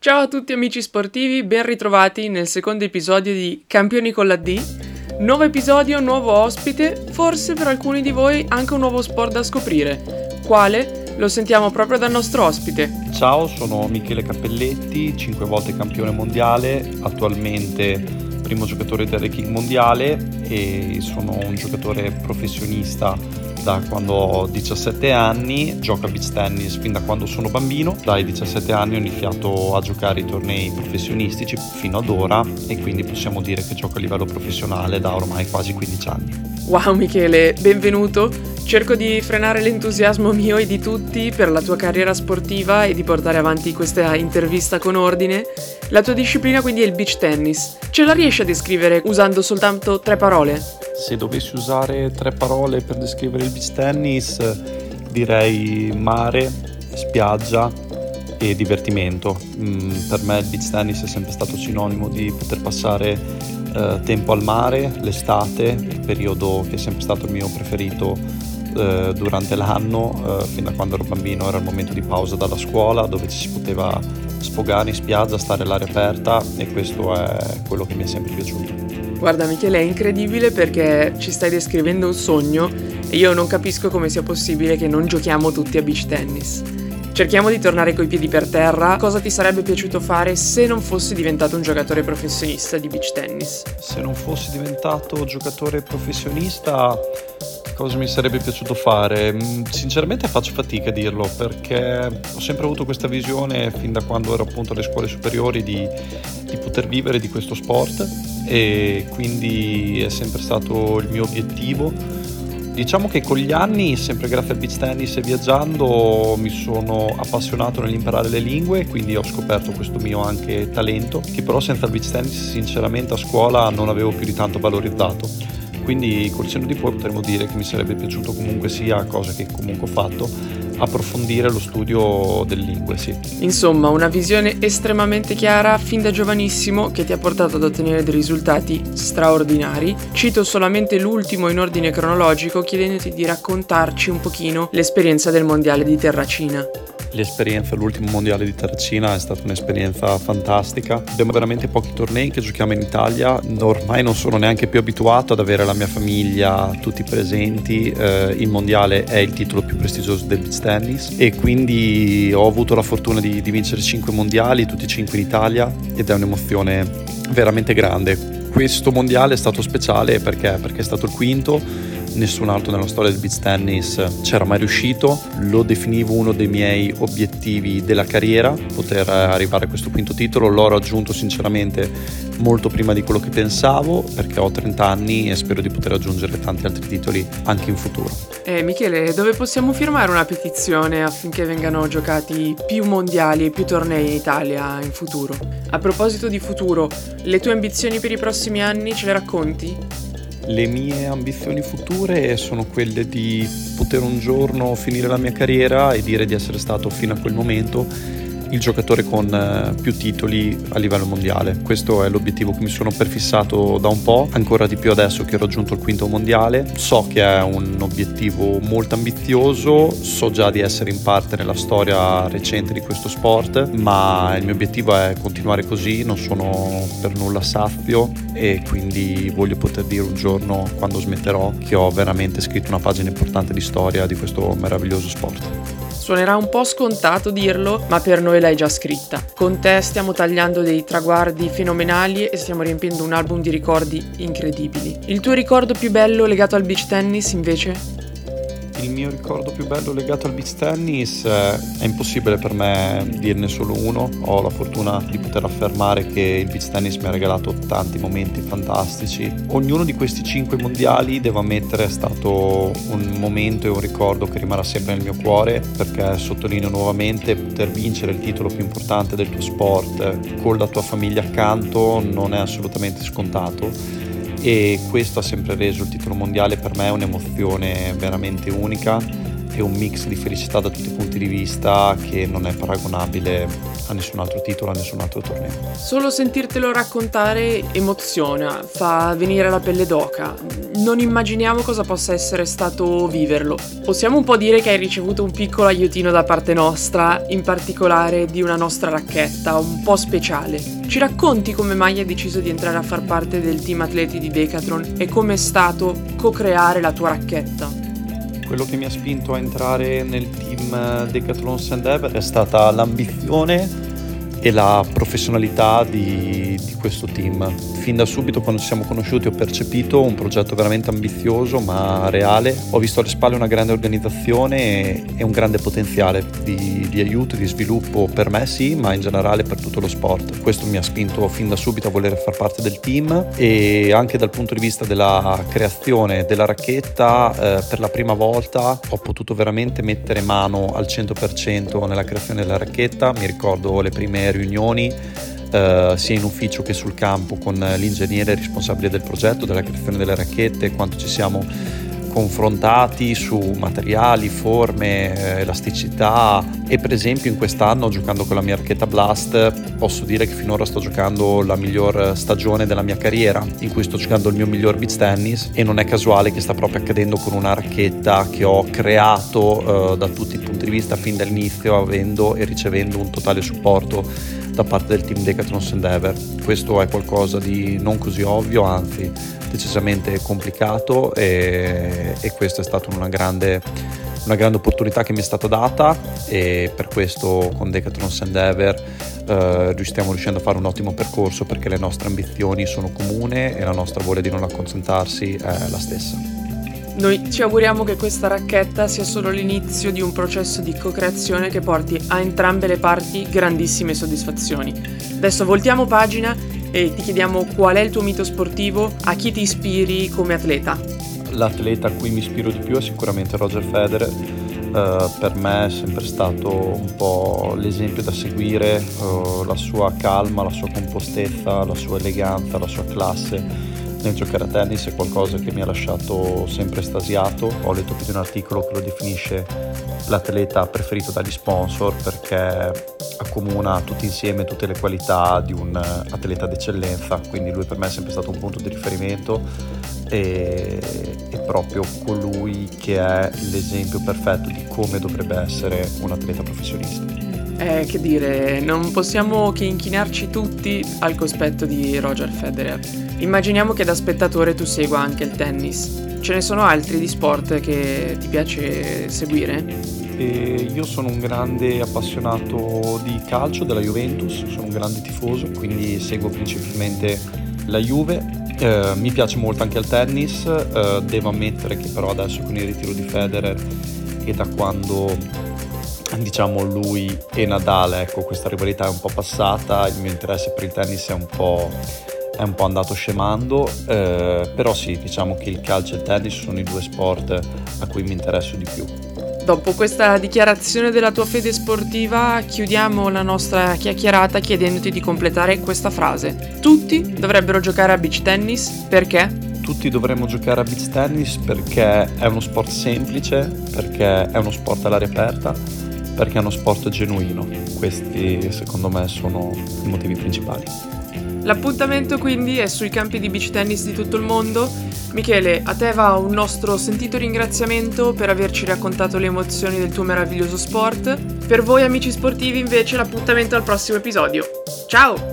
Ciao a tutti amici sportivi, ben ritrovati nel secondo episodio di Campioni con la D. Nuovo episodio, nuovo ospite, forse per alcuni di voi anche un nuovo sport da scoprire. Quale? Lo sentiamo proprio dal nostro ospite. Ciao, sono Michele Cappelletti, 5 volte campione mondiale, attualmente primo giocatore del ranking mondiale e sono un giocatore professionista da quando ho 17 anni, gioco a beach tennis fin da quando sono bambino. Dai 17 anni ho iniziato a giocare i tornei professionistici fino ad ora e quindi possiamo dire che gioco a livello professionale da ormai quasi 15 anni. Wow Michele, benvenuto! Cerco di frenare l'entusiasmo mio e di tutti per la tua carriera sportiva e di portare avanti questa intervista con ordine. La tua disciplina quindi è il beach tennis. Ce la riesci a descrivere usando soltanto 3 parole? Se dovessi usare 3 parole per descrivere il beach tennis, direi mare, spiaggia e divertimento. Per me il beach tennis è sempre stato sinonimo di poter passare tempo al mare, l'estate, il periodo che è sempre stato il mio preferito durante l'anno, fin da quando ero bambino era il momento di pausa dalla scuola dove ci si poteva sfogare in spiaggia, stare all'aria aperta e questo è quello che mi è sempre piaciuto. Guarda Michele, è incredibile perché ci stai descrivendo un sogno e io non capisco come sia possibile che non giochiamo tutti a beach tennis. Cerchiamo di tornare coi piedi per terra. Cosa ti sarebbe piaciuto fare se non fossi diventato un giocatore professionista di beach tennis? Se non fossi diventato giocatore professionista, cosa mi sarebbe piaciuto fare? Sinceramente faccio fatica a dirlo perché ho sempre avuto questa visione fin da quando ero appunto alle scuole superiori di poter vivere di questo sport e quindi è sempre stato il mio obiettivo. Diciamo che con gli anni, sempre grazie al beach tennis e viaggiando, mi sono appassionato nell'imparare le lingue, quindi ho scoperto questo mio anche talento, che però senza il beach tennis sinceramente a scuola non avevo più di tanto valorizzato. Quindi col senno di poi potremmo dire che mi sarebbe piaciuto comunque sia, cosa che comunque ho fatto, approfondire lo studio delle lingue, sì. Insomma, una visione estremamente chiara fin da giovanissimo che ti ha portato ad ottenere dei risultati straordinari. Cito solamente l'ultimo in ordine cronologico chiedendoti di raccontarci un pochino l'esperienza del mondiale di Terracina. L'esperienza, l'ultimo mondiale di Terracina è stata un'esperienza fantastica. Abbiamo veramente pochi tornei che giochiamo in Italia, ormai non sono neanche più abituato ad avere la mia famiglia tutti presenti. Il mondiale è il titolo più prestigioso del beach tennis e quindi ho avuto la fortuna di vincere 5 mondiali, tutti 5 in Italia ed è un'emozione veramente grande. Questo mondiale è stato speciale perché è stato il quinto. Nessun altro nella storia del beach tennis c'era mai riuscito, lo definivo uno dei miei obiettivi della carriera, poter arrivare a questo quinto titolo. L'ho raggiunto sinceramente molto prima di quello che pensavo perché ho 30 anni e spero di poter raggiungere tanti altri titoli anche in futuro. Michele, dove possiamo firmare una petizione affinché vengano giocati più mondiali e più tornei in Italia in futuro? A proposito di futuro, le tue ambizioni per i prossimi anni ce le racconti? Le mie ambizioni future sono quelle di poter un giorno finire la mia carriera e dire di essere stato fino a quel momento il giocatore con più titoli a livello mondiale. Questo è l'obiettivo che mi sono prefissato da un po', ancora di più adesso che ho raggiunto il quinto mondiale. So che è un obiettivo molto ambizioso, so già di essere in parte nella storia recente di questo sport, ma il mio obiettivo è continuare così, non sono per nulla sazio e quindi voglio poter dire un giorno, quando smetterò, che ho veramente scritto una pagina importante di storia di questo meraviglioso sport. Suonerà un po' scontato dirlo, ma per noi l'hai già scritta. Con te stiamo tagliando dei traguardi fenomenali e stiamo riempiendo un album di ricordi incredibili. Il tuo ricordo più bello legato al beach tennis, invece? Il mio ricordo più bello legato al beach tennis è impossibile per me dirne solo uno. Ho la fortuna di poter affermare che il beach tennis mi ha regalato tanti momenti fantastici. Ognuno di questi 5 mondiali, devo ammettere, è stato un momento e un ricordo che rimarrà sempre nel mio cuore, perché sottolineo nuovamente, poter vincere il titolo più importante del tuo sport con la tua famiglia accanto non è assolutamente scontato. E questo ha sempre reso il titolo mondiale per me un'emozione veramente unica è un mix di felicità da tutti i punti di vista che non è paragonabile a nessun altro titolo, a nessun altro torneo. Solo sentirtelo raccontare emoziona, fa venire la pelle d'oca. Non immaginiamo cosa possa essere stato viverlo. Possiamo un po' dire che hai ricevuto un piccolo aiutino da parte nostra, in particolare di una nostra racchetta un po' speciale. Ci racconti come mai hai deciso di entrare a far parte del team atleti di Decathlon e come è stato co-creare la tua racchetta? Quello che mi ha spinto a entrare nel team Decathlon Sendever è stata l'ambizione e la professionalità di questo team. Fin da subito, quando ci siamo conosciuti, ho percepito un progetto veramente ambizioso ma reale. Ho visto alle spalle una grande organizzazione e un grande potenziale di aiuto e di sviluppo per me, sì, ma in generale per tutto lo sport. Questo mi ha spinto fin da subito a voler far parte del team, e anche dal punto di vista della creazione della racchetta, per la prima volta ho potuto veramente mettere mano al 100% nella creazione della racchetta. Mi ricordo le prime riunioni sia in ufficio che sul campo con l'ingegnere responsabile del progetto, della creazione delle racchette, quanto ci siamo confrontati su materiali, forme, elasticità. E per esempio in quest'anno, giocando con la mia racchetta Blast, posso dire che finora sto giocando la miglior stagione della mia carriera, in cui sto giocando il mio miglior beach tennis, e non è casuale che sta proprio accadendo con una racchetta che ho creato da tutti i punti di vista fin dall'inizio, avendo e ricevendo un totale supporto da parte del team Decathlon Sendever. Questo è qualcosa di non così ovvio, anzi decisamente complicato, e questa è stata una grande opportunità che mi è stata data, e per questo con Decathlon Sendever stiamo riuscendo a fare un ottimo percorso, perché le nostre ambizioni sono comuni e la nostra voglia di non accontentarsi è la stessa. Noi ci auguriamo che questa racchetta sia solo l'inizio di un processo di co-creazione che porti a entrambe le parti grandissime soddisfazioni. Adesso voltiamo pagina e ti chiediamo qual è il tuo mito sportivo, a chi ti ispiri come atleta. L'atleta a cui mi ispiro di più è sicuramente Roger Federer. Per me è sempre stato un po' l'esempio da seguire, la sua calma, la sua compostezza, la sua eleganza, la sua classe nel giocare a tennis è qualcosa che mi ha lasciato sempre estasiato. Ho letto più di un articolo che lo definisce l'atleta preferito dagli sponsor, perché accomuna tutti insieme tutte le qualità di un atleta d'eccellenza, quindi lui per me è sempre stato un punto di riferimento, e proprio colui che è l'esempio perfetto di come dovrebbe essere un atleta professionista. Che dire, non possiamo che inchinarci tutti al cospetto di Roger Federer. Immaginiamo che da spettatore tu segua anche il tennis. Ce ne sono altri di sport che ti piace seguire? Io sono un grande appassionato di calcio, della Juventus, sono un grande tifoso, quindi seguo principalmente la Juve. Mi piace molto anche il tennis, devo ammettere che però adesso con il ritiro di Federer e da quando diciamo lui e Nadal, ecco, questa rivalità è un po' passata, il mio interesse per il tennis è un po' andato scemando, però sì, diciamo che il calcio e il tennis sono i due sport a cui mi interesso di più. Dopo questa dichiarazione della tua fede sportiva, chiudiamo la nostra chiacchierata chiedendoti di completare questa frase. Tutti dovrebbero giocare a beach tennis, perché? Tutti dovremmo giocare a beach tennis perché è uno sport semplice, perché è uno sport all'aria aperta, perché è uno sport genuino. Questi secondo me sono i motivi principali. L'appuntamento quindi è sui campi di beach tennis di tutto il mondo. Michele, a te va un nostro sentito ringraziamento per averci raccontato le emozioni del tuo meraviglioso sport. Per voi amici sportivi invece l'appuntamento al prossimo episodio. Ciao!